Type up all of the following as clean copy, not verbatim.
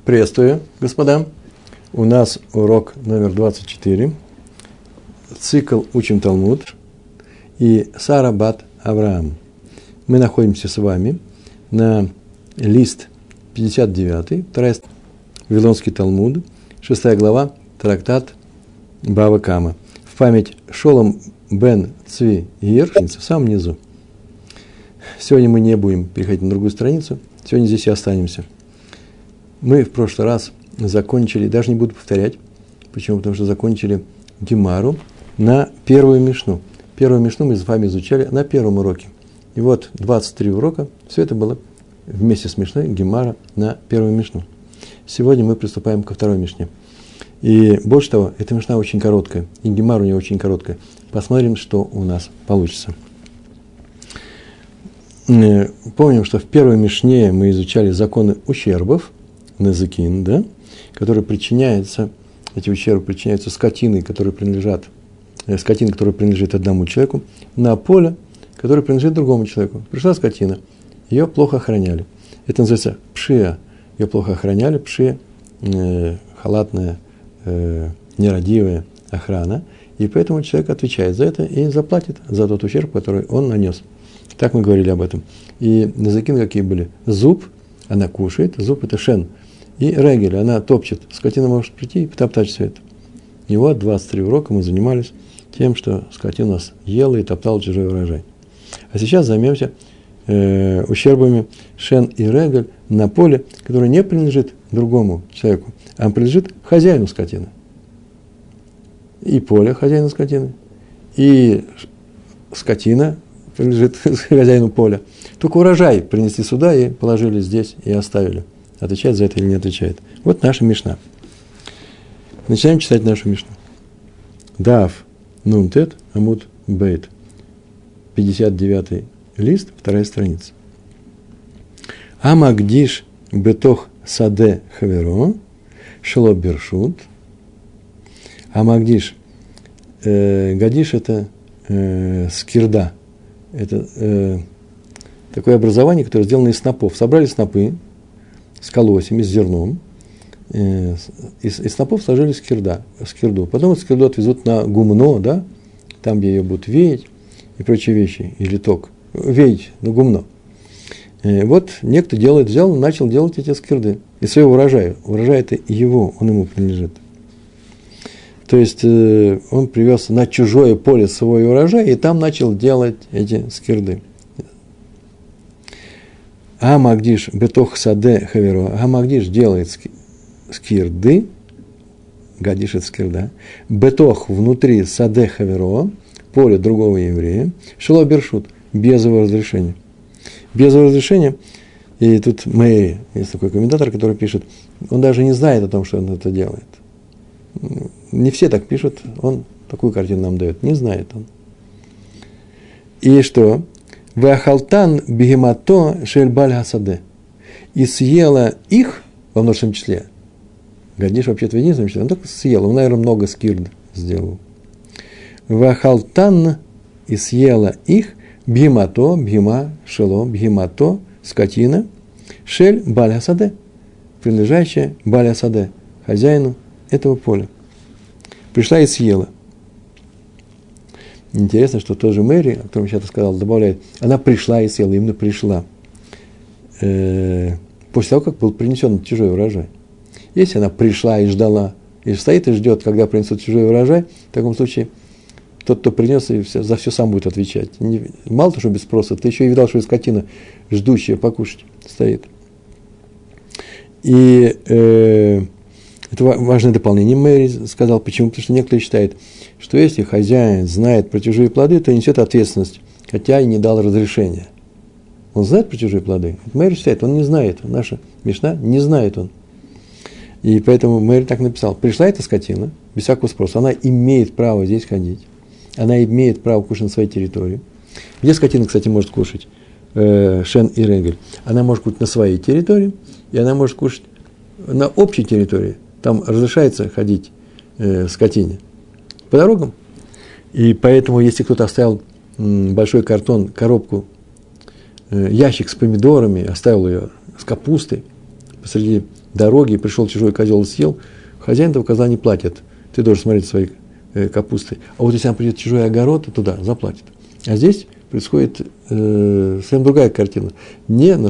Приветствую, господа. У нас урок номер 24. Цикл «Учим Талмуд» и Сара бат Авраам. Мы находимся с вами на лист 59, Вавилонский Талмуд, 6 глава, трактат Бава Кама. В память Шолом бен Цви Гир, в самом низу. Сегодня мы не будем переходить на другую страницу, сегодня здесь и останемся. Мы в прошлый раз закончили, даже не буду повторять, почему? Потому что закончили Гемару на первую мишну. Первую мишну мы с вами изучали на первом уроке. И вот 23 урока, все это было вместе с мишной Гемара на первую мишну. Сегодня мы приступаем ко второй мишне. И больше того, эта мишна очень короткая, и Гемара у нее очень короткая. Посмотрим, что у нас получится. Помним, что в первой мишне мы изучали законы ущербов, назыкин, да, которые причиняются, эти ущербы причиняются скотиной, которая принадлежит одному человеку, на поле, которое принадлежит другому человеку. Пришла скотина, ее плохо охраняли. Это называется пшия. Ее плохо охраняли, пшия, халатная, нерадивая охрана, и поэтому человек отвечает за это и заплатит за тот ущерб, который он нанес. Так мы говорили об этом. И назыкин какие были? Зуб, она кушает, зуб – это шен. И регель, она топчет. Скотина может прийти и потоптать все это. И вот 23 урока мы занимались тем, что скотина нас ела и топтала чужой урожай. А сейчас займемся ущербами шен и регель на поле, которое не принадлежит другому человеку, а принадлежит хозяину скотины. И поле хозяину скотины, и скотина принадлежит хозяину поля. Только урожай принесли сюда и положили здесь и оставили. Отвечает за это или не отвечает. Вот наша мишна. Начинаем читать нашу мишну. Дав нунтет амуд бейт. 59 лист, 2 страница. Амагдиш бетох саде хаверо шело бершут. Амагдиш. Гадиш – это скирда. Это такое образование, которое сделано из снопов. Собрали снопы с колосьями, с зерном. Из снопов сложили скирду. Потом эту скирду отвезут на гумно, да, там, где ее будут веять и прочие вещи, или ток. Веять на гумно. Вот некто начал делать эти скирды из своего урожая. Урожай – это его, он ему принадлежит. То есть он привез на чужое поле свой урожай и там начал делать эти скирды. Амагдиш бетох саде хаверо. Амагдиш делает скирды. Гадиш – это скирда. Бетох внутри саде хаверо, поле другого еврея. Шело бершут, без его разрешения. Без его разрешения. И тут Мейри, есть такой комментатор, который пишет, он даже не знает о том, что он это делает. Не все так пишут, он такую картину нам дает, не знает он. И что? Веахалтан бегемато шельбаль хасаде. И съела их, во множественном числе. Гадиш вообще-то в единственном числе, он только съел, он, наверное, много скирд сделал. Веахалтан и съела их бегемато, бегема, шело, бегемато, скотина, шель баль хасаде, принадлежащая баль хасаде, хозяину этого поля. Пришла и съела. Интересно, что тоже Мэри, о котором я сейчас сказал, добавляет, она пришла и съела, именно пришла. После того, как был принесен чужой урожай. Если она пришла и ждала, и стоит и ждет, когда принесут чужой урожай, в таком случае тот, кто принес, и за все сам будет отвечать. Мало того, что без спроса, ты еще и видал, что и скотина, ждущая покушать, стоит. И это важное дополнение. Мэри сказал, почему? Потому что некоторые считают, что если хозяин знает про чужие плоды, то несет ответственность, хотя и не дал разрешения. Он знает про чужие плоды? Мэри считает, он не знает. Наша мишна не знает он. И поэтому Мэри так написал. Пришла эта скотина, без всякого спроса, она имеет право здесь ходить, она имеет право кушать на своей территории. Где скотина, кстати, может кушать? Шен и регель. Она может кушать на своей территории, и она может кушать на общей территории. Там разрешается ходить скотине по дорогам. И поэтому, если кто-то оставил большой коробку, ящик с помидорами, оставил ее с капустой посреди дороги, пришел чужой козел и съел, хозяин этого козла не платит. Ты должен смотреть своей капустой. А вот если он придет в чужой огород, то туда заплатит. А здесь происходит совсем другая картина. Не на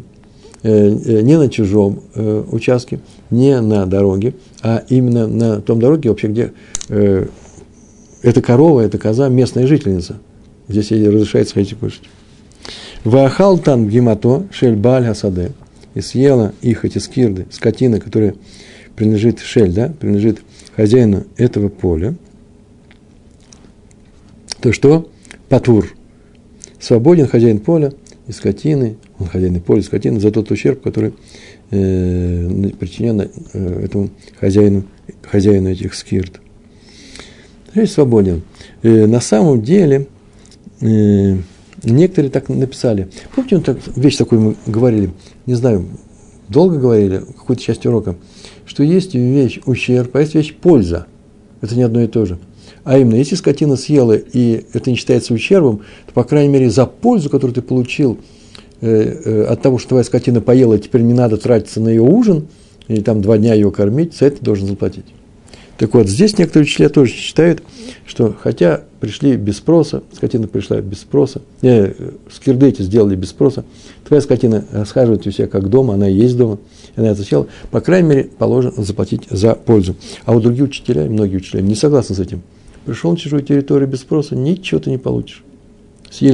чужом участке, не на дороге, а именно на том дороге, вообще, где эта корова, эта коза, местная жительница. Здесь ей разрешается ходить и кушать. Ваахал тан гимато шель баль хасаде. И съела их, эти скирды, скотина, которая принадлежит шель, да, принадлежит хозяину этого поля. То что? Патур. Свободен хозяин поля и скотины, он хозяин поля и скотины, за тот ущерб, который причинен этому хозяину этих скирд. Здесь свободен. На самом деле, некоторые так написали. Помните, вещь такую мы говорили, не знаю, долго говорили, какую-то часть урока, что есть вещь ущерб, а есть вещь польза. Это не одно и то же. А именно, если скотина съела, и это не считается ущербом, то, по крайней мере, за пользу, которую ты получил от того, что твоя скотина поела, теперь не надо тратиться на ее ужин, или там 2 дня ее кормить, за это ты должен заплатить. Так вот, здесь некоторые учителя тоже считают, что хотя пришли без спроса, скотина пришла без спроса, скирды эти сделали без спроса, твоя скотина расхаживает у себя как дома, она и есть дома, она это съела, по крайней мере, положено заплатить за пользу. А вот другие учителя, многие учителя не согласны с этим. Пришел на чужую территорию без спроса, ничего ты не получишь. Съели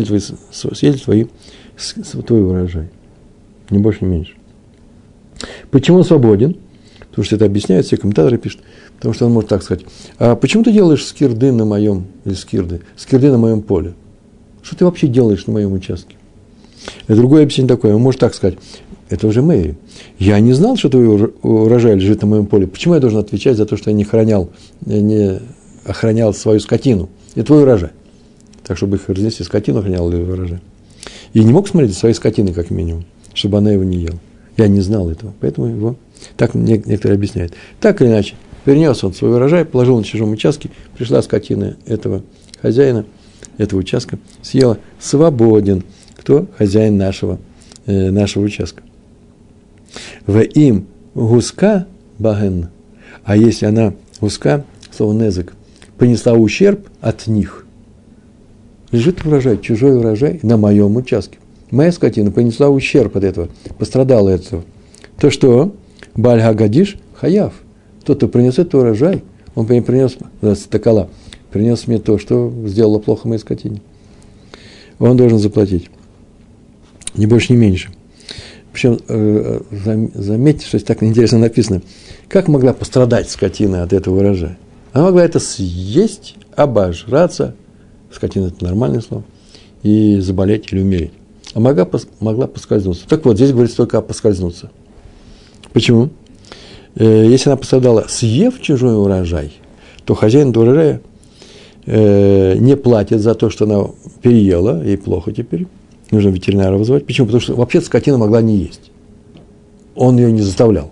твой урожай. Ни больше, ни меньше. Почему он свободен? Потому что это объясняют, все комментаторы пишут. Потому что он может так сказать: а почему ты делаешь скирды на моем поле? Что ты вообще делаешь на моем участке? И другое объяснение такое: он может так сказать: это уже Мэри. Я не знал, что твой урожай лежит на моем поле. Почему я должен отвечать за то, что я не охранял свою скотину? Это твой урожай. Так, чтобы их разнести, скотину охранял или урожай. И не мог смотреть за своей скотиной, как минимум, чтобы она его не ела. Я не знал этого, поэтому его так некоторые объясняют. Так или иначе, перенес он свой урожай, положил на чужом участке, пришла скотина этого хозяина, этого участка, съела, свободен. Кто? Хозяин нашего участка. В им гуска баген, а если она гуска, слово незек, понесла ущерб от них, лежит урожай, чужой урожай на моем участке. Моя скотина понесла ущерб от этого, пострадала от этого. То что? Баль хагадиш хаяв. Тот, кто принес этот урожай, он принес мне то, что сделало плохо моей скотине. Он должен заплатить. Ни больше, ни меньше. Причем, заметьте, что здесь так интересно написано. Как могла пострадать скотина от этого урожая? Она могла это съесть, обожраться, скотина – это нормальное слово, и заболеть или умереть. А могла поскользнуться. Так вот, здесь говорится только о поскользнуться. Почему? Если она пострадала, съев чужой урожай, то хозяин этого урожая не платит за то, что она переела, ей плохо теперь, нужно ветеринара вызывать. Почему? Потому что вообще скотина могла не есть. Он ее не заставлял.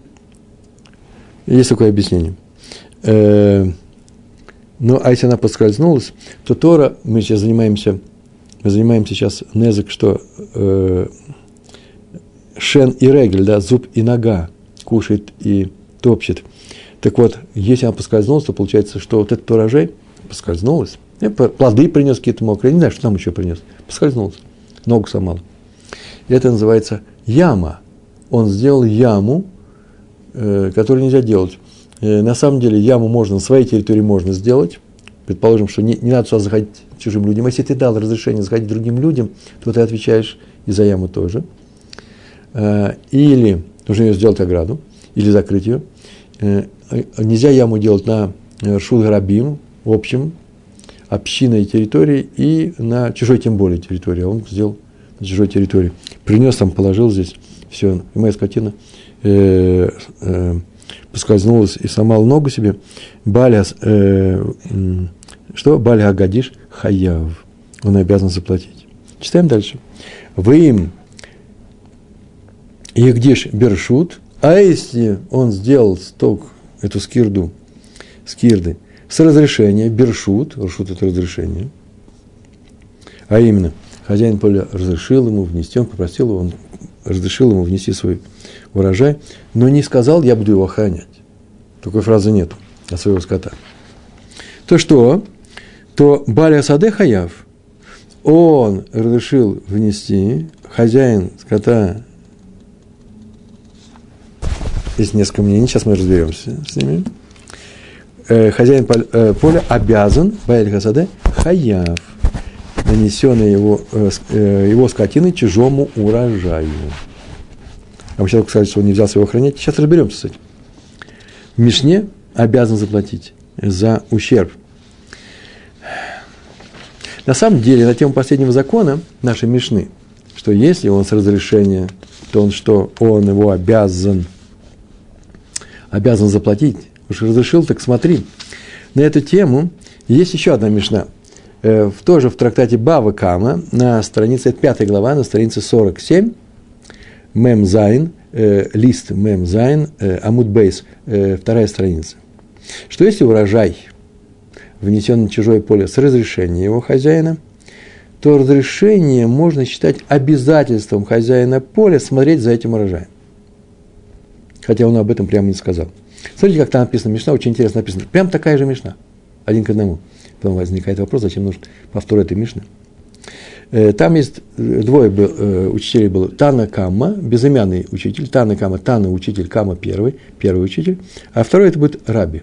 Есть такое объяснение. Ну, а если она поскользнулась, то Тора, мы занимаемся сейчас незек, что шен и регель, да, зуб и нога, кушает и топчет. Так вот, если она поскользнулась, то получается, что вот этот урожай поскользнулась, плоды принес какие-то мокрые, не знаю, что там еще принес, поскользнулась, ногу сломала. Это называется яма. Он сделал яму, которую нельзя делать. На самом деле яму можно, на своей территории можно сделать. Предположим, что не надо сюда заходить чужим людям. Если ты дал разрешение заходить другим людям, то ты отвечаешь и за яму тоже. Или нужно ее сделать ограду, или закрыть ее. Нельзя яму делать на ршут гарабим, общем, общинной территории, и на чужой тем более территории. А он сделал на чужой территории. Принес там, положил здесь, все, и моя скотина поскользнулась и сломала ногу себе. Что? Баль агадиш хаяв. Он обязан заплатить. Читаем дальше. Вы им егдиш бершут, а если он сделал эту скирды, с разрешения, бершут, ршут – это разрешение, а именно, хозяин поля разрешил ему внести, он попросил его, он разрешил ему внести свой урожай, но не сказал, я буду его охранять. Такой фразы нету от своего скота. То что? То Бааль Асаде Хаяв, он разрешил внести, хозяин скота, есть несколько мнений, сейчас мы разберемся с ними. Хозяин поля обязан, Бааль Асаде Хаяв, нанесенной его скотиной чужому урожаю. А мы сейчас сказали, что он не взялся его охранять. Сейчас разберемся с этим. В Мишне обязан заплатить за ущерб. На самом деле, на тему последнего закона нашей Мишны, что если он с разрешения, то он что? Он его обязан заплатить. Уж разрешил, так смотри. На эту тему есть еще одна Мишна. Тоже в трактате Бава Кама, на странице, это 5 глава, на странице 47, Мем Зайн, лист Мем Зайн, Амуд Бейс, 2 страница. Что если урожай внесен на чужое поле с разрешения его хозяина, то разрешение можно считать обязательством хозяина поля смотреть за этим урожаем. Хотя он об этом прямо не сказал. Смотрите, как там написано Мишна, очень интересно написано. Прям такая же Мишна, 1 к 1. Потом возникает вопрос, зачем нужен повтор этой Мишны. Там есть двое учителей было. Тана Кама, безымянный учитель, Тана Кама, Тана учитель, Кама первый учитель, а второй это будет Раби,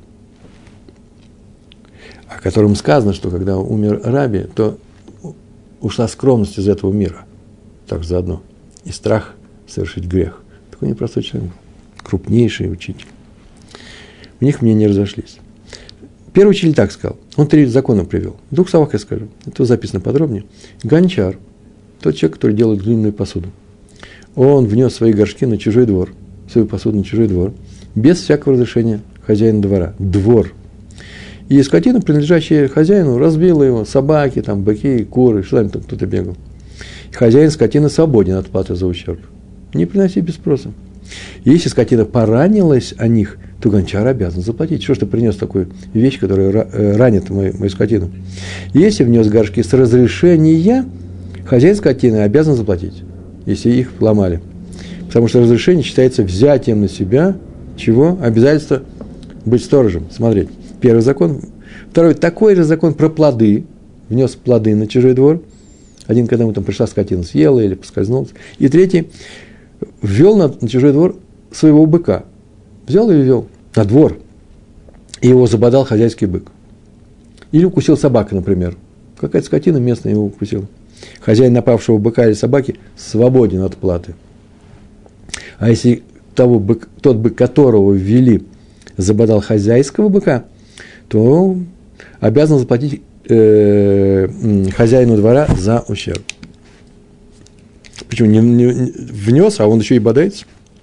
о котором сказано, что когда умер Раби, то ушла скромность из этого мира, так заодно, и страх совершить грех. Такой непростой человек, крупнейший учитель. У них мнения разошлись. Первый учитель так сказал, он 3 закона привел. В 2 словах я скажу, это записано подробнее. Гончар, тот человек, который делает глиняную посуду, он внес свои горшки на чужой двор, свою посуду на чужой двор, без всякого разрешения хозяина двора. Двор. И скотина, принадлежащая хозяину, разбила его, собаки, там, быки, куры, что там кто-то бегал. И хозяин скотины свободен от платы за ущерб. Не приноси без спроса. Если скотина поранилась о них, то гончар обязан заплатить. Что ж ты принес такую вещь, которая ранит мою скотину? Если внес горшки с разрешения, хозяин скотины обязан заплатить, если их ломали. Потому что разрешение считается взятием на себя чего? Обязательство быть сторожем, смотреть. Первый закон. Второй, такой же закон про плоды. Внес плоды на чужой двор. Один, когда ему там пришла скотина, съела или поскользнулась. И третий, ввел на чужой двор своего быка. Взял и ввел на двор. И его забодал хозяйский бык. Или укусил собака, например. Какая-то скотина местная его укусила. Хозяин напавшего быка или собаки свободен от платы. А если тот бык, которого ввели, забодал хозяйского быка, то обязан заплатить хозяину двора за ущерб. Почему? Не внес, а он еще и бодается.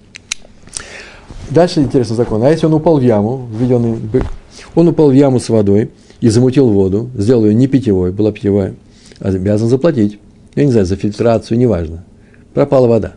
Дальше интересный закон. А если он упал в яму, введенный бык, он упал в яму с водой и замутил воду, сделал ее не питьевой, была питьевая, обязан заплатить. Я не знаю, за фильтрацию, неважно. Пропала вода.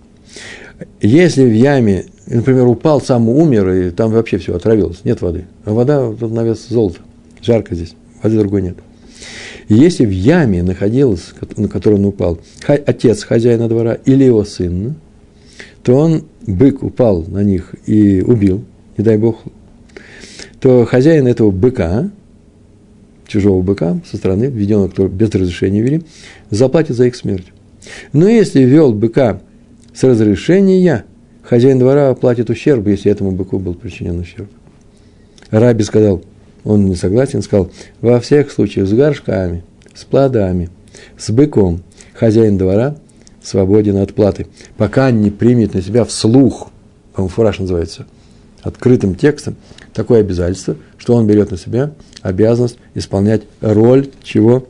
Если в яме, например, упал, сам умер, и там вообще все отравилось, нет воды, а вода тут на вес золота, жарко здесь, воды другой нет. И если в яме находился, на которую он упал, отец хозяина двора или его сын, то бык упал на них и убил, не дай бог, то хозяин этого быка, чужого быка, со стороны, введенного, который без разрешения вели, заплатит за их смерть. Но если вел быка с разрешения, хозяин двора оплатит ущерб, если этому быку был причинен ущерб. Раби сказал, он не согласен, сказал, во всех случаях с горшками, с плодами, с быком хозяин двора свободен от платы, пока не примет на себя вслух, по-моему, фураж называется, открытым текстом, такое обязательство, что он берет на себя обязанность исполнять роль чего?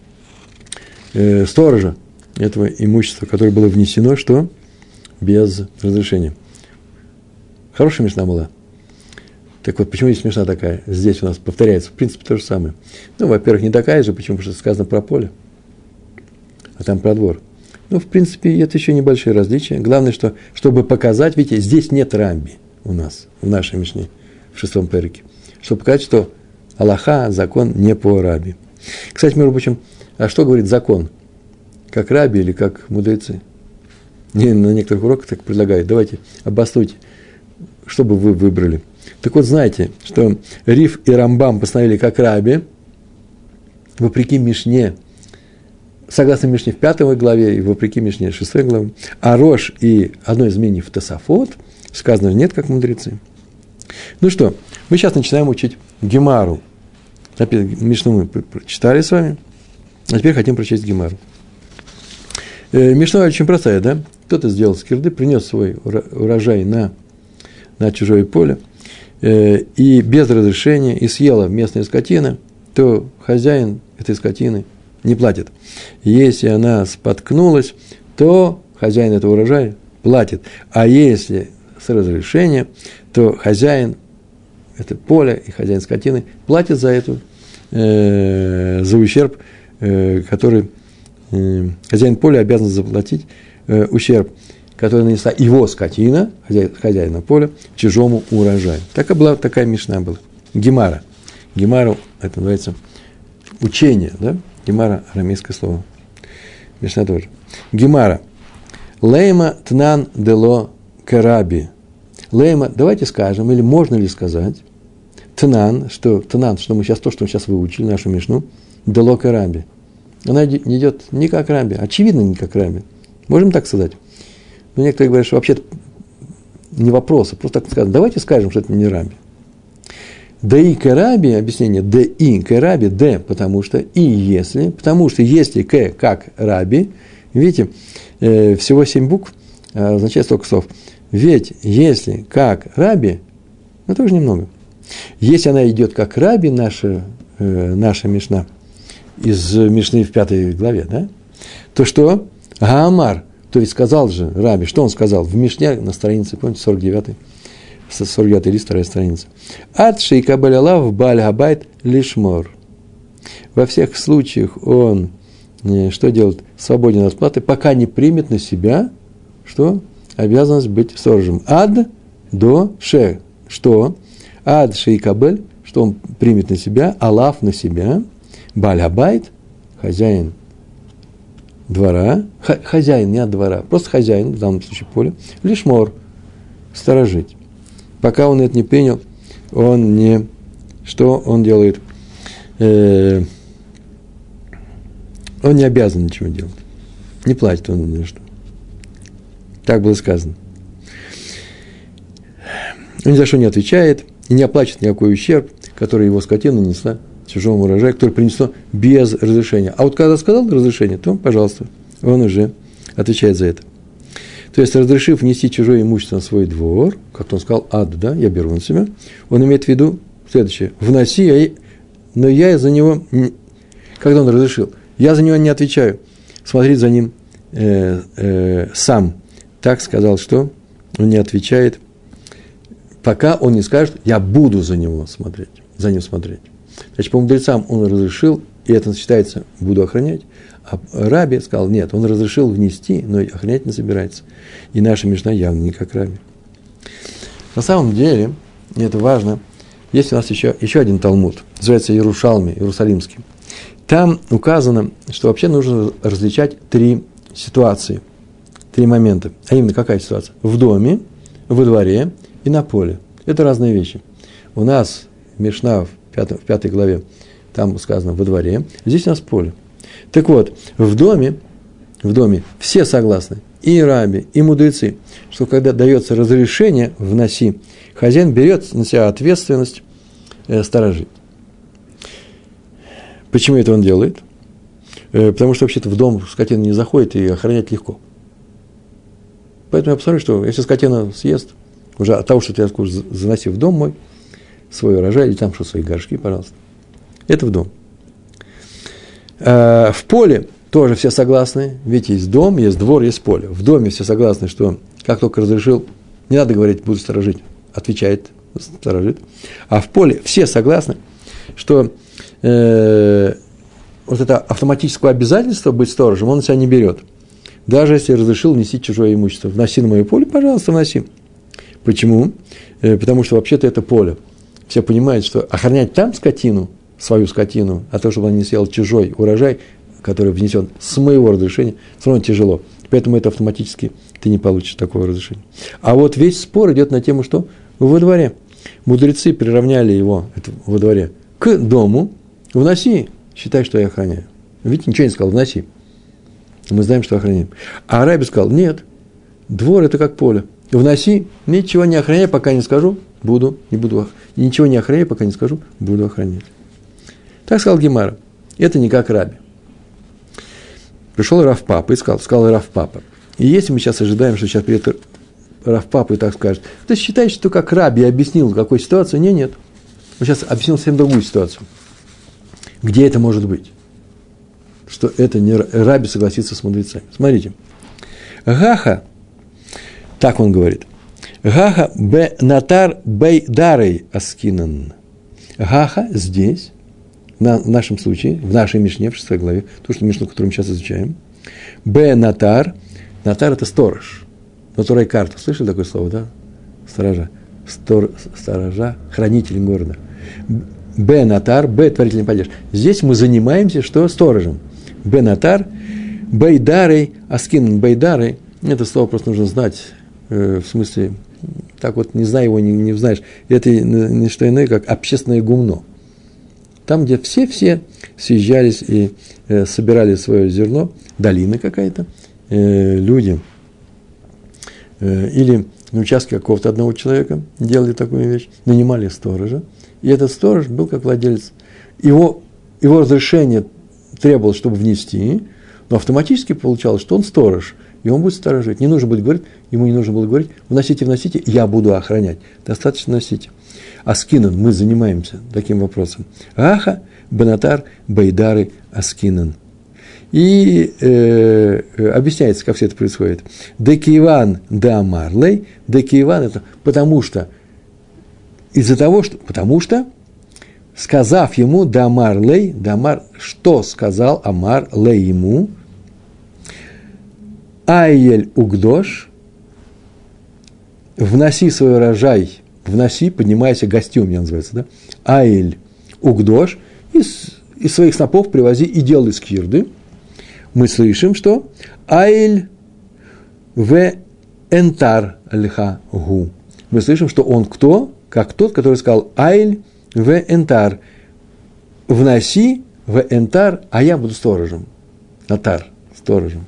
Сторожа этого имущества, которое было внесено, что? Без разрешения. Хорошая мишна была. Так вот, почему здесь мишна такая? Здесь у нас повторяется, в принципе, то же самое. Ну, во-первых, не такая же, почему? Потому что сказано про поле, а там про двор. Ну, в принципе, это еще небольшие различия. Главное, что, чтобы показать, видите, здесь нет рамби у нас, в нашей мишне, в 6-м перике. Чтобы показать, что алаха, закон не по раби. Кстати, между прочим, а что говорит закон? Как раби или как мудрецы? И на некоторых уроках так предлагают. Давайте обоснуйте, что бы вы выбрали. Так вот, знаете, что Риф и Рамбам постановили как Раби, вопреки Мишне, согласно Мишне в 5 главе и вопреки Мишне в 6 главе, а Рош и одно из мнений в Тосафот сказано нет, как мудрецы. Ну что, мы сейчас начинаем учить Гемару. Мишну мы прочитали с вами, а теперь хотим прочесть Гемару. Мишна очень простая, да? Кто-то сделал скирды, принес свой урожай на чужое поле, и без разрешения, и съела местная скотина, то хозяин этой скотины не платит. Если она споткнулась, то хозяин этого урожая платит. А если с разрешения, то хозяин это поле и хозяин скотины платит за ущерб, который хозяин поля обязан заплатить ущерб, который нанесла его скотина, хозяина поля, чужому урожаю. Такая мишна была. Гемара. Гемару это называется учение, да? Гемара – арамейское слово. Мишна тоже. Гемара. Лейма тнан дело караби. Лейма, давайте скажем, или можно ли сказать, тнан, что мы сейчас выучили, нашу мишну, дело караби. Она не идет ни как раби, очевидно, не как раби. Можем так сказать? Но некоторые говорят, что вообще-то не вопрос, а просто так сказано. Давайте скажем, что это не раби. Да и караби, объяснение, да и караби, да, потому что и если, потому что если к как раби, видите, всего 7 букв, означает столько слов. Ведь если как раби, ну тоже немного. Если она идет как раби, наша мишна, из Мишны в 5 главе, да, то что? Гаамар, то есть сказал же раби, что он сказал в Мишне на странице, помните, 49 лист, 2 страница. Ад шейкабель алав баль габайт лишмор. Во всех случаях он что делает? Свободен от платы, пока не примет на себя, что? Обязанность быть сторожем. Ад до ше. Что? Ад шейкабель, что он примет на себя, алав на себя, баль габайт, хозяин двора, хозяин не от двора, просто хозяин, в данном случае поле, лишмор, сторожить. Пока он это не принял, что он делает? Он не обязан ничего делать. Не платит он ни за что. Так было сказано. Он ни за что не отвечает и не оплачивает никакой ущерб, который его скотина нанесла чужому урожаю, которое принесло без разрешения. А вот когда сказал разрешение, то, пожалуйста, он уже отвечает за это. То есть, разрешив внести чужое имущество на свой двор, как он сказал, ад, да, я беру на себя, он имеет в виду следующее: вноси, но я за него, когда он разрешил, я за него не отвечаю, смотреть за ним сам. Так сказал, что он не отвечает, пока он не скажет, я буду за ним смотреть. Значит, по мудрецам он разрешил, и это считается, буду охранять. А раби сказал, нет, он разрешил внести, но охранять не собирается. И наша мишна явно не как раби. На самом деле, и это важно, есть у нас еще один Талмуд, называется Иерусалимский. Там указано, что вообще нужно различать 3 ситуации, 3 момента. А именно, какая ситуация? В доме, во дворе и на поле. Это разные вещи. У нас мишна в 5 главе, там сказано во дворе, здесь у нас поле. Так вот, в доме все согласны, и раби, и мудрецы, что когда дается разрешение вноси, хозяин берет на себя ответственность сторожить. Почему это он делает? Потому что вообще-то в дом скотина не заходит, и охранять легко. Поэтому я посмотрю, что если скотина съест, уже от того, что ты заноси в дом мой, свой урожай, или там что, свои горшки, пожалуйста, это в дом. В поле тоже все согласны, ведь есть дом, есть двор, есть поле. В доме все согласны, что как только разрешил, не надо говорить, буду сторожить, отвечает, сторожит. А в поле все согласны, что вот это автоматическое обязательство быть сторожем он на себя не берет. Даже если разрешил внести чужое имущество. Вноси на мое поле, пожалуйста, вноси. Почему? Потому что вообще-то это поле. Все понимают, что охранять там скотину, свою скотину, а то, чтобы он не съел чужой урожай, который внесен с моего разрешения, все равно тяжело. Поэтому это автоматически ты не получишь такого разрешения. А вот весь спор идет на тему, что во дворе. Мудрецы приравняли его во дворе к дому. Вноси, считай, что я охраняю. Видите, ничего не сказал, вноси. Мы знаем, что охраняем. А Раби сказал, нет, двор – это как поле. Вноси, ничего не охраняй, пока не скажу, буду, не буду. Ничего не охраняй, пока не скажу, буду охранять. Так сказал Гемара. Это не как Раби. Пришел Рав Папа и сказал Рав Папа. И если мы сейчас ожидаем, что сейчас придет Рав Папа и так скажет, ты считаешь, что как Раби объяснил какую ситуацию? Нет. Он сейчас объяснил совсем другую ситуацию. Где это может быть? Что это не Раби согласится с мудрецами. Смотрите. Гаха, так он говорит. Гаха бе натар бей дарей аскинан. Гаха здесь, в нашем случае, в нашей Мишне, в 6 главе, то, что Мишну, которую мы сейчас изучаем. Бе натар. Натар – это сторож. Натурай карта. Слышали такое слово, да? Сторожа. Сторожа, хранитель города. Бе натар, бе творительный падеж. Здесь мы занимаемся что? Сторожем. Бе натар, бейдарей, аскин бейдарей. Это слово просто нужно знать, в смысле, так вот, не зная его, не знаешь. Это не что иное, как общественное гумно. Там, где все съезжались и собирали свое зерно, долина какая-то, люди или на участке какого-то одного человека делали такую вещь, нанимали сторожа, и этот сторож был как владелец. Его разрешение требовалось, чтобы внести, но автоматически получалось, что он сторож, и он будет сторожить. Не нужно будет говорить, ему не нужно было говорить, вносите, я буду охранять. Достаточно носите. Аскинан, мы занимаемся таким вопросом. Аха, банатар, байдары, аскинан. И объясняется, как все это происходит. Декиеван да амарлей. Декиеван это потому что, сказав ему да амарлей, что сказал Амар лей ему, Айель угдош, вноси свой урожай, поднимайся, гости у меня называется, да? Айель угдош, из своих снопов привози и делай скирды. Мы слышим, что Айль в энтар льха гу. Мы слышим, что он кто? Как тот, который сказал Айль в энтар. Вноси в энтар, а я буду сторожем. Натар, сторожем.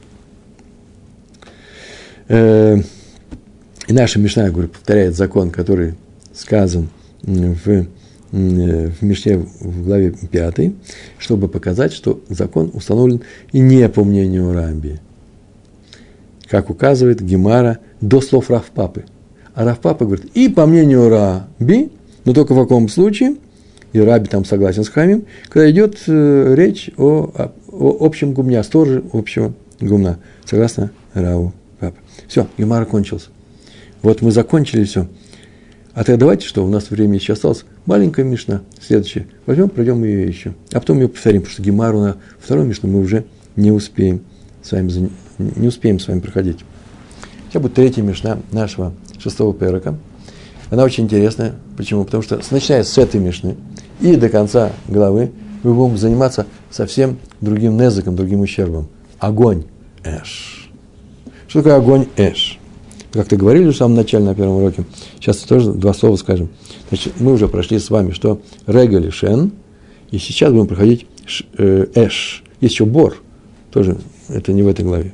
И наша Мишна, я говорю, повторяет закон, который сказан в Мишне в главе 5, чтобы показать, что закон установлен и не по мнению Раби. Как указывает Гемара до слов Рав Папы. А Рав Папа говорит, и по мнению Раби, но только в каком случае, и Раби там согласен с Хамим, когда идет речь о общем гумне, о стороже общего гумна, согласно Раву Папы. Все, Гемара кончился. Вот мы закончили все. А тогда давайте, что у нас время еще осталось, маленькая Мишна, следующая. Возьмем, пройдем ее еще. А потом ее повторим, потому что Гемару на вторую Мишну мы уже не успеем с вами проходить. Сейчас будет третья Мишна нашего 6-го перека. Она очень интересная. Почему? Потому что, начиная с этой Мишны и до конца главы, мы будем заниматься совсем другим незаком, другим ущербом. Огонь эш. Что такое огонь эш? Как-то говорили в самом начале, на первом уроке. Сейчас тоже два слова скажем. Значит, мы уже прошли с вами, что регали шен, и сейчас будем проходить эш. Есть еще бор, тоже это не в этой главе.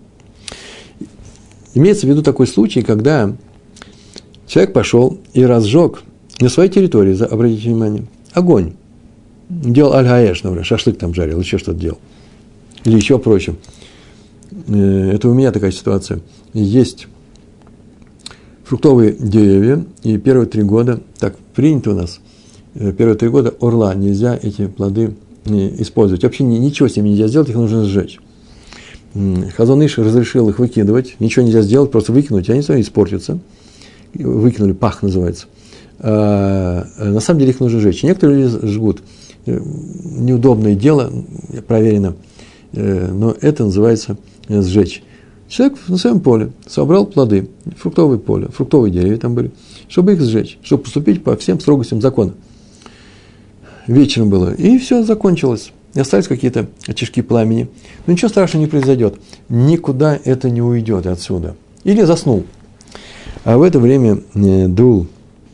Имеется в виду такой случай, когда человек пошел и разжег на своей территории, обратите внимание, огонь. Делал аль-гаэш, например, шашлык там жарил, еще что-то делал. Или еще проще. Это у меня такая ситуация. Есть фруктовые деревья, и первые 3 года, так принято у нас, первые 3 года орла, нельзя эти плоды использовать. Вообще ничего с ними нельзя сделать, их нужно сжечь. Хазон Иш разрешил их выкидывать, ничего нельзя сделать, просто выкинуть, они сами испортятся. Выкинули, пах называется. На самом деле их нужно сжечь. Некоторые жгут. Неудобное дело, проверено, но это называется сжечь. Человек на своем поле собрал плоды, фруктовые деревья там были, чтобы их сжечь, чтобы поступить по всем строгостям закона. Вечером было, и все закончилось. и остались какие-то очишки пламени. Но ничего страшного не произойдет. Никуда это не уйдет отсюда. Или заснул. А в это время дул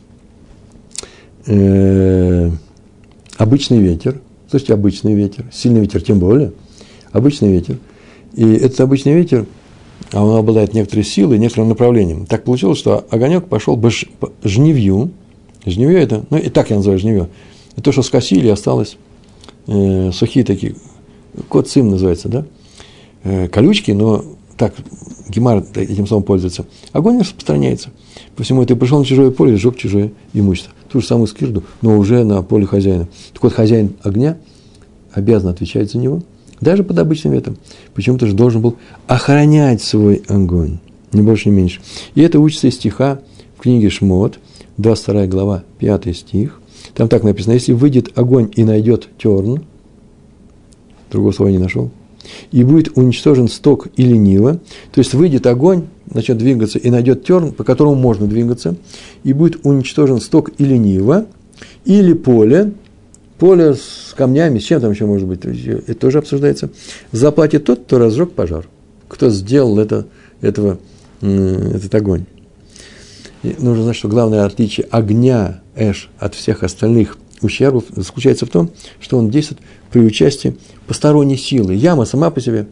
обычный ветер. Слушайте, обычный ветер. Сильный ветер тем более. Обычный ветер. И этот обычный ветер, он обладает некоторой силой, некоторым направлением. Так получилось, что огонек пошел по жнивью. Жнивье это, ну и так я называю жнивье. Это то, что скосили, осталось сухие такие, коцим называется, да? Колючки, но так Гемара этим словом пользуется. Огонь распространяется. По всему это пришел на чужое поле и сжег чужое имущество. Ту же самую скирду, но уже на поле хозяина. Так вот, хозяин огня обязан отвечать за него, даже под обычным ветром. Почему-то же должен был охранять свой огонь, ни больше, ни меньше. И это учится из стиха в книге Шмот, 22 глава, 5 стих. Там так написано: если выйдет огонь и найдет терн, другого слова не нашел, и будет уничтожен сток или нива, то есть выйдет огонь, начнет двигаться и найдет терн, по которому можно двигаться, и будет уничтожен сток или нива, или поле с камнями, с чем там еще может быть, это тоже обсуждается, заплатит тот, кто разжег пожар, кто сделал этот огонь. И нужно знать, что главное отличие огня, эш, от всех остальных ущербов заключается в том, что он действует при участии посторонней силы. Яма сама по себе,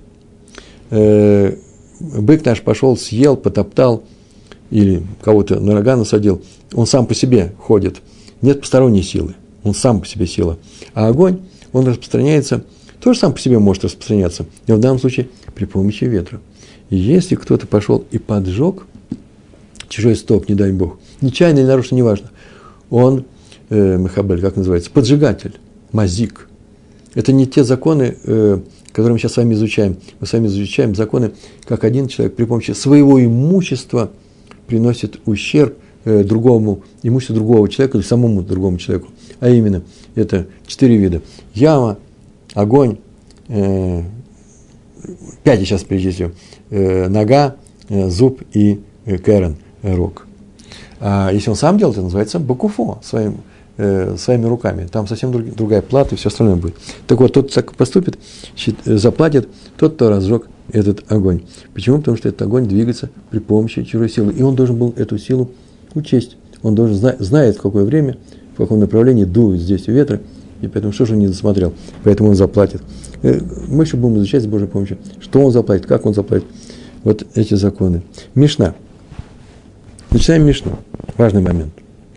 бык наш пошел, съел, потоптал, или кого-то на рога насадил, он сам по себе ходит, нет посторонней силы, он сам по себе сила. А огонь, он распространяется, тоже сам по себе может распространяться, но в данном случае при помощи ветра. И если кто-то пошел и поджег чужой сток, не дай Бог, нечаянно или нарочно, неважно, он, мехабель, как называется, поджигатель, мазик. Это не те законы, которые мы сейчас с вами изучаем. Мы с вами изучаем законы, как один человек при помощи своего имущества приносит ущерб имуществу другого человека или самому другому человеку. А именно, это 4 вида. Яма, огонь, 5 я сейчас перечислю, нога, зуб и керен, рог. А если он сам делает, это называется бакуфо, своими руками. Там совсем другая плата и все остальное будет. Так вот, тот так поступит, заплатит тот, кто разжег этот огонь. Почему? Потому что этот огонь двигается при помощи чужой силы. И он должен был эту силу учесть. Он должен знает, в какое время, в каком направлении дует здесь ветры, и поэтому что же он не досмотрел. Поэтому он заплатит. Мы еще будем изучать с Божьей помощью, что он заплатит, как он заплатит. Вот эти законы. Мишна. Начинаем Мишну. Важный момент.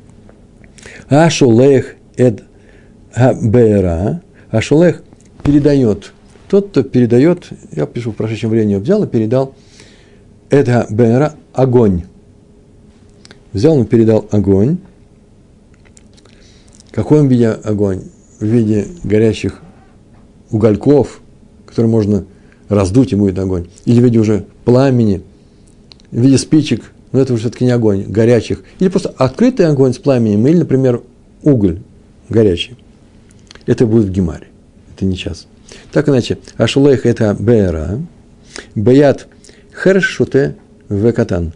Ашулех эд беера. Ашулех передает. Тот, кто передает, я пишу в прошедшем времени, взял и передал эд беера огонь. Взял и передал огонь. В каком виде огонь? В виде горящих угольков, которые можно раздуть, и будет огонь. Или в виде уже пламени, в виде спичек. Но это уже все-таки не огонь, горячих. Или просто открытый огонь с пламенем, или, например, уголь горячий. Это будет в Гемаре. Это не час. Так иначе. Ашулех это беера. Беят херш шуте векатан.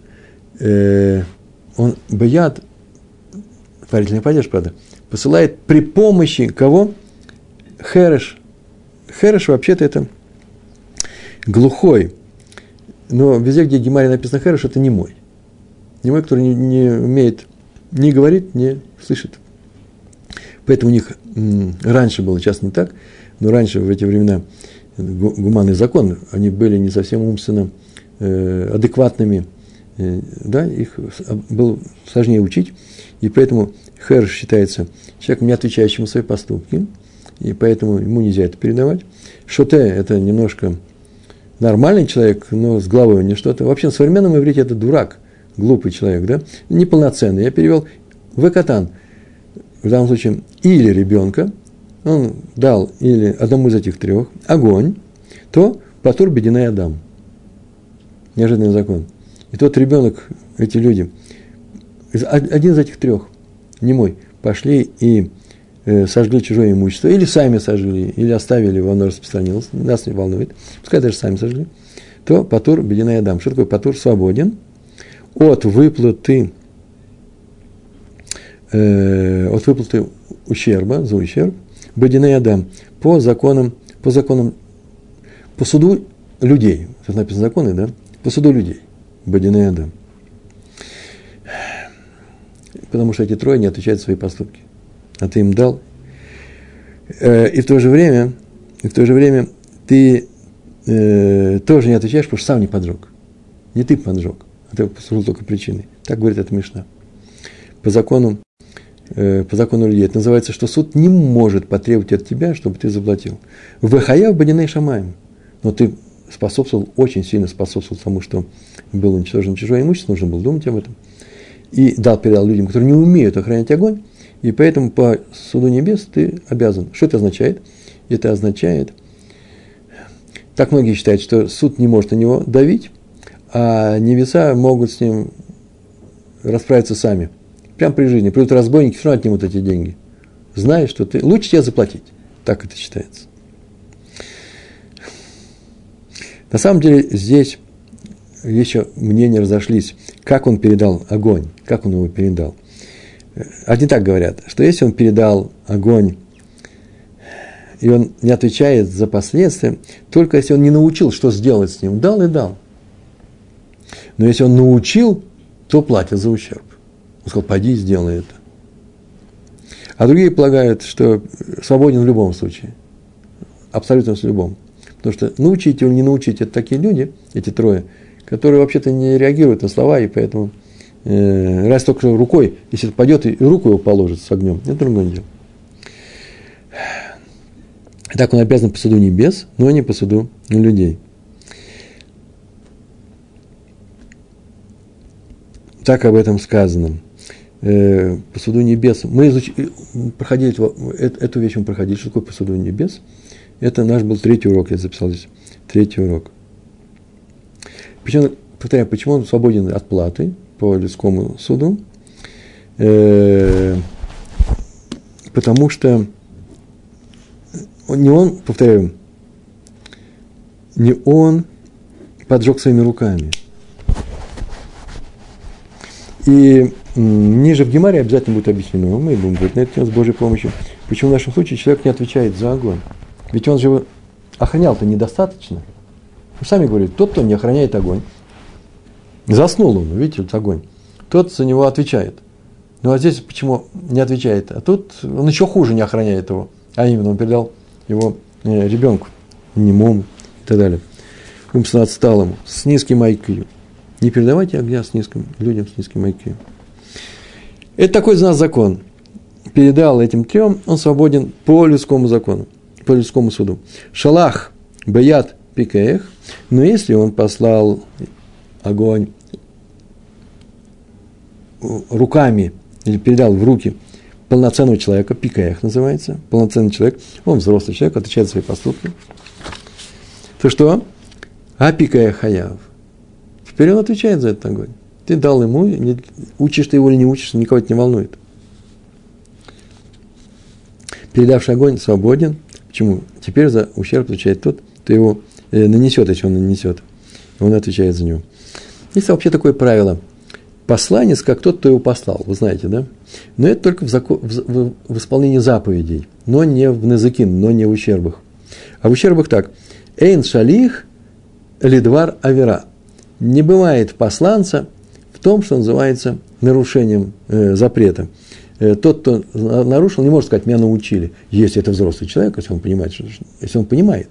Он беят, творительный падеж, правда, посылает при помощи кого? Хереш. Хереш вообще-то это глухой. Но везде, где в Гемаре написано хереш, это немой. Немой, который не умеет, не говорит, не слышит. Поэтому у них раньше было, сейчас не так, но раньше, в эти времена, гуманный закон, они были не совсем умственно адекватными, да, их было сложнее учить, и поэтому хереш считается человеком, не отвечающим за свои поступки, и поэтому ему нельзя это передавать. Шоте – это немножко нормальный человек, но с головой не что-то. Вообще, на современном иврите это дурак, глупый человек, да, неполноценный. Я перевел векатан, в данном случае, или ребенка, он дал или одному из этих трех огонь, то патур бединей адам. Неожиданный закон. И тот ребенок, эти люди, один из этих трех, не мой, пошли и сожгли чужое имущество, или сами сожгли, или оставили его, оно распространилось, нас не волнует, пускай даже сами сожгли, то патур бединей адам. Что такое патур? Свободен от выплаты ущерба, за ущерб, бединей адам, по законам по законам, по суду людей. Тут написано законы, да? По суду людей. Бадиней Адам. Потому что эти трое не отвечают за свои поступки. А ты им дал. И в то же время ты тоже не отвечаешь, потому что сам не поджег. Не ты поджег, а ты послужил только причиной. Так говорит эта Мишна. По закону людей. Это называется, что суд не может потребовать от тебя, чтобы ты заплатил. Вехаяв бадиней шамаем. Но ты способствовал, очень сильно способствовал тому, что было уничтожено чужое имущество, нужно было думать об этом. И передал людям, которые не умеют охранять огонь, и поэтому по суду небес ты обязан. Что это означает? Это означает, так многие считают, что суд не может на него давить, а небеса могут с ним расправиться сами. Прямо при жизни. Придут разбойники, все равно отнимут эти деньги. Знаешь, что ты... Лучше тебе заплатить. Так это считается. На самом деле, здесь еще мнения разошлись. Как он передал огонь? Как он его передал? Одни так говорят, что если он передал огонь, и он не отвечает за последствия, только если он не научил, что сделать с ним. Дал и дал. Но если он научил, то платит за ущерб. Он сказал, пойди и сделай это. А другие полагают, что свободен в любом случае. Абсолютно в любом. Потому что научить или не научить, это такие люди, эти трое, которые вообще-то не реагируют на слова, и поэтому раз только рукой, если это пойдет, и руку его положит с огнем, это другое дело. Так он обязан по суду небес, но не по суду людей. Так об этом сказано. По суду небес. Мы проходили эту вещь, мы проходили. Что такое по суду небес? Это наш был 3-й урок, я записал здесь. 3-й урок. Причем, повторяю, почему он свободен от платы по людскому суду? Потому что не он поджег своими руками. И ниже в Гемаре обязательно будет объяснено, мы будем говорить на эту тему с Божьей помощью, почему в нашем случае человек не отвечает за огонь. Ведь он же его охранял-то недостаточно. Вы сами говорите, тот, кто не охраняет огонь, заснул он, видите, вот огонь, тот за него отвечает. Ну, а здесь почему не отвечает? А тут он еще хуже не охраняет его. А именно, он передал его ребенку, немому и так далее. Умственно отсталому, с низким IQ. Не передавайте огня людям с низким IQ. Это такой из нас закон. Передал этим трем, он свободен по людскому закону, по людскому суду. Шалах беят пикех, но если он послал огонь руками, или передал в руки полноценного человека, пикех называется, полноценный человек, он взрослый человек, отвечает за свои поступки, то что? А пикех хаяв. Теперь он отвечает за этот огонь. Ты дал ему, учишь ты его или не учишь, никого это не волнует. Передавший огонь свободен. Почему? Теперь за ущерб отвечает тот, кто его нанесет, если он нанесет. Он отвечает за него. Есть вообще такое правило. Посланец, как тот, кто его послал. Вы знаете, да? Но это только в исполнении заповедей. Но не в незакин, но не в ущербах. А в ущербах так. Эйн шалих лидвар авера. Не бывает посланца в том, что называется нарушением запрета. Тот, кто нарушил, не может сказать, меня научили. Если это взрослый человек, если он понимает, если он понимает.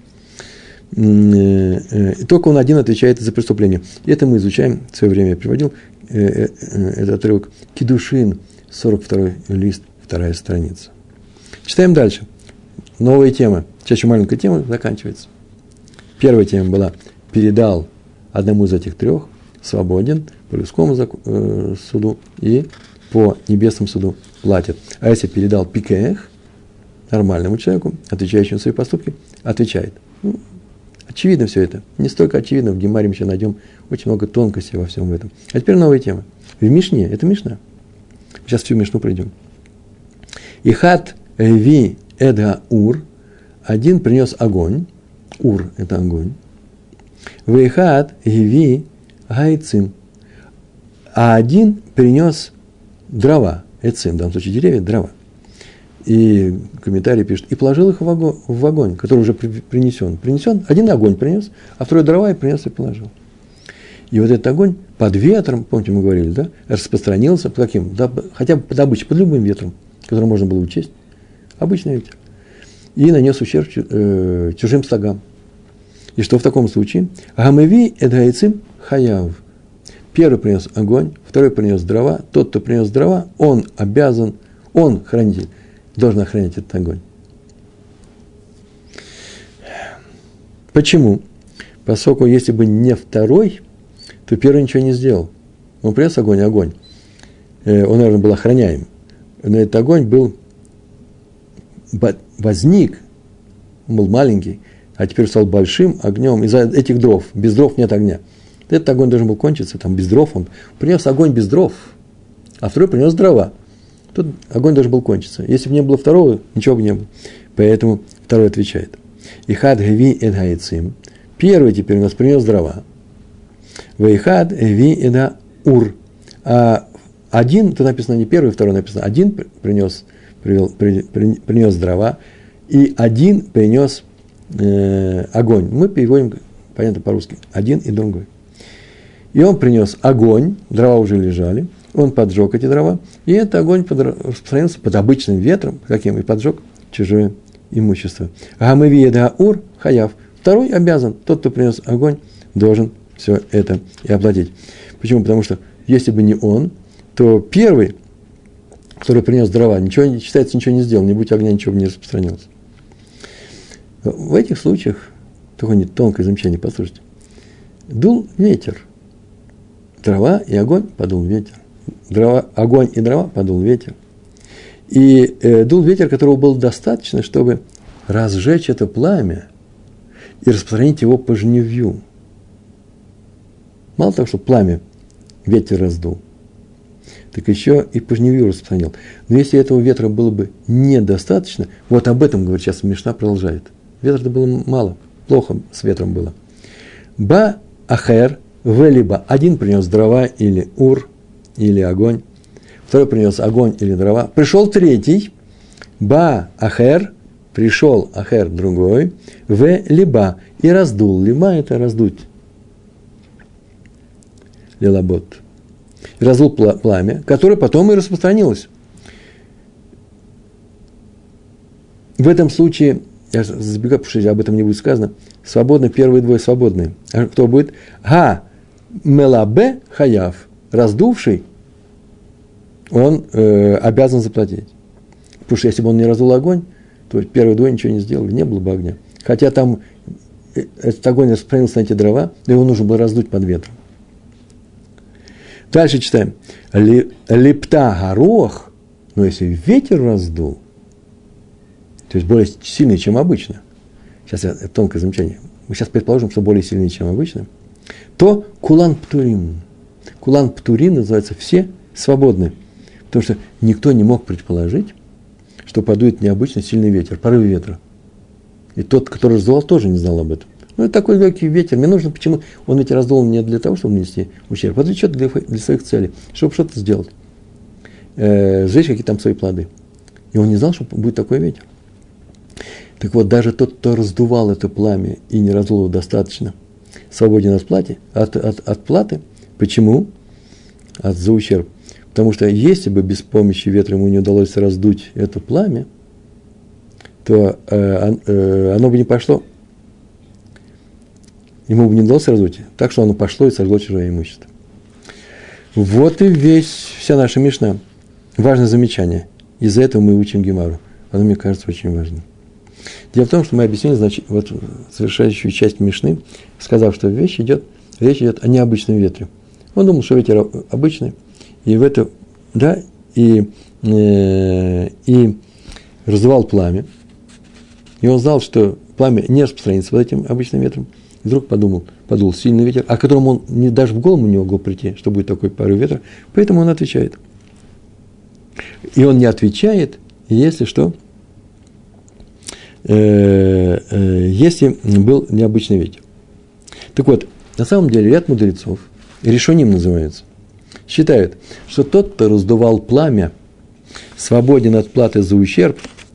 И только он один отвечает за преступление. И это мы изучаем, в свое время я приводил этот отрывок Кидушин, 42 лист, 2 страница. Читаем дальше. Новая тема. Сейчас еще маленькая тема заканчивается. Первая тема была «Передал одному из этих трех, свободен по людскому суду и по небесному суду платит». А если передал пикех, нормальному человеку, отвечающему за свои поступки, отвечает. Очевидно все это. Не столько очевидно, в Гемаре мы еще найдем очень много тонкостей во всем этом. А теперь новая тема. В Мишне, это Мишна. Сейчас всю Мишну пройдем. Ихат ви эдга ур. Один принес огонь. Ур – это огонь. Вейхат гиви гайцим. А один принес дрова. Эцим, в данном случае деревья, дрова. И комментарий пишет, и положил их в огонь, который уже принесен. Принесен, один огонь принес, а второй дрова и принес и положил. И вот этот огонь под ветром, помните, мы говорили, да, распространился, под каким? Да, хотя бы под обычным, под любым ветром, который можно было учесть. Обычный ветер. И нанес ущерб чужим слогам. И что в таком случае? Гамеви эдгайцим хаяв. Первый принес огонь, второй принес дрова. Тот, кто принес дрова, он обязан, он, хранитель, должен охранять этот огонь. Почему? Поскольку если бы не второй, то первый ничего не сделал. Он принес огонь, он, наверное, был охраняем. Но этот огонь возник, он был маленький, а теперь стал большим огнем из-за этих дров. Без дров нет огня. Этот огонь должен был кончиться, там, без дров. Он принес огонь без дров, а второй принес дрова. Тут огонь должен был кончиться. Если бы не было второго, ничего бы не было. Поэтому второй отвечает. Ихад геви эдгайцим. Первый теперь у нас принес дрова. Вейхад геви эда ур. А один, тут написано не первый, второй написано. Один принес дрова, и один принес огонь. Мы переводим, понятно, по-русски. Один и другой. И он принес огонь, дрова уже лежали, он поджег эти дрова, и этот огонь распространился под обычным ветром, каким и поджег чужое имущество. Гамеви еда ур хаяв. Второй обязан, тот, кто принес огонь, должен все это и оплатить. Почему? Потому что если бы не он, то первый, который принес дрова, ничего, считается, ничего не сделал, не будь огня, ничего бы не распространилось. В этих случаях, такое тонкое замечание, послушайте, дул ветер, дрова и огонь подул ветер, огонь и дрова подул ветер, и дул ветер, которого было достаточно, чтобы разжечь это пламя и распространить его по жнивью. Мало того, что пламя ветер раздул, так еще и по жнивью распространил. Но если этого ветра было бы недостаточно, вот об этом, говорит, сейчас Мишна продолжает. Ветра-то было мало, плохо с ветром было. Ба ахер велиба. Один принес дрова или ур, или огонь. Второй принес огонь или дрова. Пришел третий. Ба ахер. Пришел ахер другой. Велиба. И раздул. Либа – это раздуть. Лилабот. И раздул пламя, которое потом и распространилось. В этом случае, я забегаю, потому что об этом не будет сказано, свободны первые двое свободные. А кто будет? Га мелабе хаяв. Раздувший, он обязан заплатить. Потому что если бы он не раздул огонь, то первые двое ничего не сделали, не было бы огня. Хотя там этот огонь распространился на эти дрова, но его нужно было раздуть под ветром. Дальше читаем. Лепта горох, но если ветер раздул, то есть более сильный, чем обычно, сейчас это тонкое замечание, мы сейчас предположим, что более сильный, чем обычно, то кулан птурим. Кулан птурим называется все свободны, потому что никто не мог предположить, что подует необычно сильный ветер, порыв ветра. И тот, который раздувал, тоже не знал об этом. Ну, это такой легкий ветер. Мне нужно, почему он эти раздул не для того, чтобы нанести ущерб, а для своих целей, чтобы что-то сделать. Сжечь какие-то там свои плоды. И он не знал, что будет такой ветер. Так вот, даже тот, кто раздувал это пламя и не раздул его достаточно, свободен от платы. Почему? За ущерб. Потому что если бы без помощи ветра ему не удалось раздуть это пламя, то оно бы не пошло. Ему бы не удалось раздуть, так что оно пошло и сожгло чужое имущество. Вот и вся наша Мишна. Важное замечание. Из-за этого мы учим Гемару. Оно, мне кажется, очень важным. Дело в том, что мы объяснили вот, завершающую часть Мишны, сказав, что речь идет о необычном ветре. Он думал, что ветер обычный, и в это, да, и раздувал пламя. И он знал, что пламя не распространится под этим обычным ветром. И вдруг подул сильный ветер, о котором он даже в голову не мог прийти, что будет такой порыв ветра. Поэтому он отвечает. И он не отвечает, если что, если был необычный ветер. Так вот, на самом деле ряд мудрецов, решоним называется, считают, что тот, кто раздувал пламя, свободен от платы за ущерб,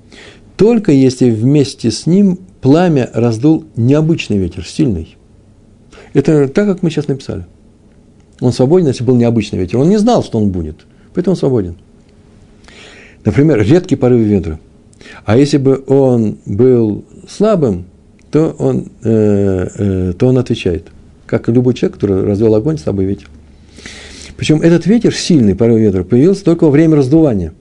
только если вместе с ним пламя раздул необычный ветер, сильный. Это так, как мы сейчас написали. Он свободен, если был необычный ветер. Он не знал, что он будет, поэтому он свободен. Например, редкий порыв ветра. А если бы он был слабым, то он отвечает. Как и любой человек, который развел огонь, слабый ветер. Причем этот ветер, сильный порыв ветра, появился только во время раздувания.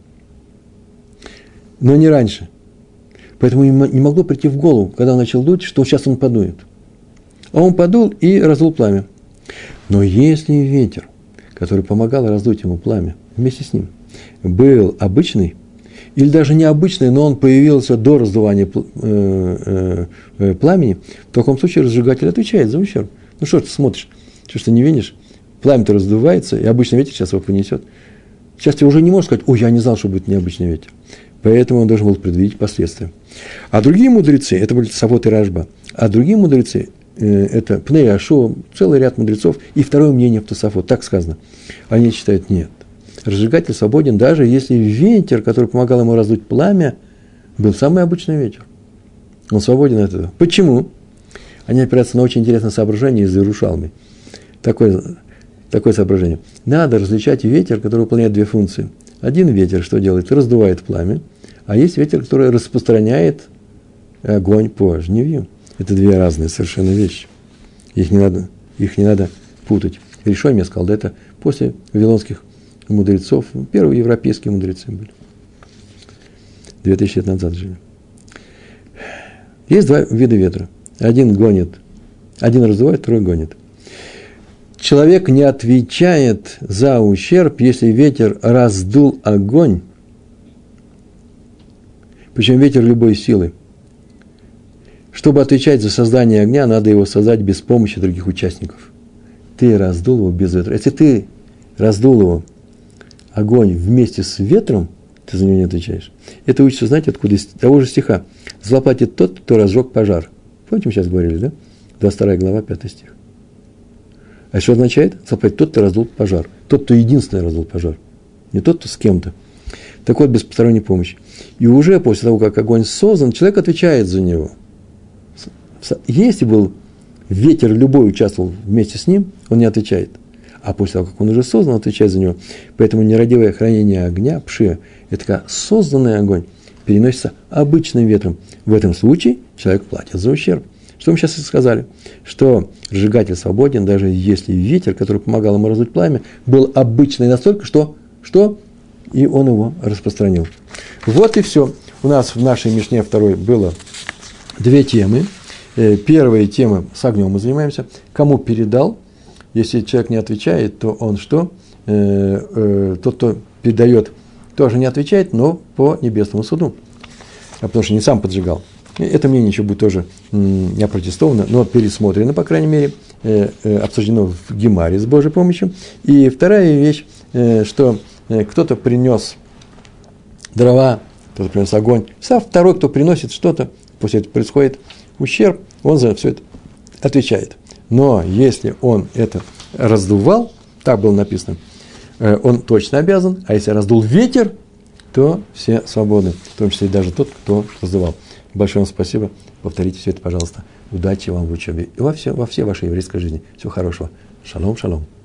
Но не раньше. Поэтому не могло прийти в голову, когда он начал дуть, что сейчас он подует. А он подул и раздул пламя. Но если ветер, который помогал раздуть ему пламя, вместе с ним, был обычный, или даже необычный, но он появился до раздувания пламени, в таком случае разжигатель отвечает за ущерб. Ну что ж ты смотришь, что ж ты не видишь? Пламя-то раздувается, и обычный ветер сейчас его понесет. Сейчас ты уже не можешь сказать: ой, я не знал, что будет необычный ветер. Поэтому он должен был предвидеть последствия. А другие мудрецы, это были Тосафот и Рашба, а другие мудрецы, это Пней Ашо, целый ряд мудрецов, и второе мнение в Тосафот, так сказано. Они считают: нет, разжигатель свободен, даже если ветер, который помогал ему раздуть пламя, был самый обычный ветер. Он свободен от этого. Почему? Они опираются на очень интересное соображение из Иерушалмы. Такое соображение. Надо различать ветер, который выполняет две функции. Один ветер что делает? Раздувает пламя. А есть ветер, который распространяет огонь по жнивью. Это две разные совершенно вещи. Их не надо путать. Ришой мне сказал, да, это после вавилонских мудрецов, первые европейские мудрецы были. 2000 лет назад жили. Есть два вида ветра. Один раздувает, второй гонит. Человек не отвечает за ущерб, если ветер раздул огонь, причем ветер любой силы. Чтобы отвечать за создание огня, надо его создать без помощи других участников. Ты раздул его без ветра. Если ты раздул его, огонь вместе с ветром, ты за него не отвечаешь. Это учится, знаете, откуда? Из того же стиха. Заплатит тот, кто разжег пожар. Помните, мы сейчас говорили, да? 22 глава, 5 стих. А что означает? Заплатит тот, кто раздул пожар. Тот, кто единственный раздул пожар. Не тот, кто с кем-то. Так вот, без посторонней помощи. И уже после того, как огонь создан, человек отвечает за него. Если был ветер, любой участвовал вместе с ним, он не отвечает. А после того, как он уже создан, он отвечает за него. Поэтому нерадивое хранение огня, пшия, это как созданный огонь, переносится обычным ветром. В этом случае человек платит за ущерб. Что мы сейчас и сказали? Что разжигатель свободен, даже если ветер, который помогал ему раздуть пламя, был обычный настолько, что и он его распространил. Вот и все. У нас в нашей Мишне второй было две темы. Первая тема – с огнем мы занимаемся. Кому передал? Если человек не отвечает, то он что? Тот, кто передает, тоже не отвечает, но по небесному суду. Потому что не сам поджигал. Это мнение еще будет тоже не опротестовано, но пересмотрено, по крайней мере, обсуждено в Гемаре с Божьей помощью. И вторая вещь, что кто-то принес дрова, кто-то принес огонь, второй, кто приносит что-то, после этого происходит ущерб, он за все это отвечает. Но если он это раздувал, так было написано, он точно обязан, а если раздул ветер, то все свободны, в том числе и даже тот, кто раздувал. Большое вам спасибо. Повторите все это, пожалуйста. Удачи вам в учебе и во всей вашей еврейской жизни. Всего хорошего. Шалом, шалом.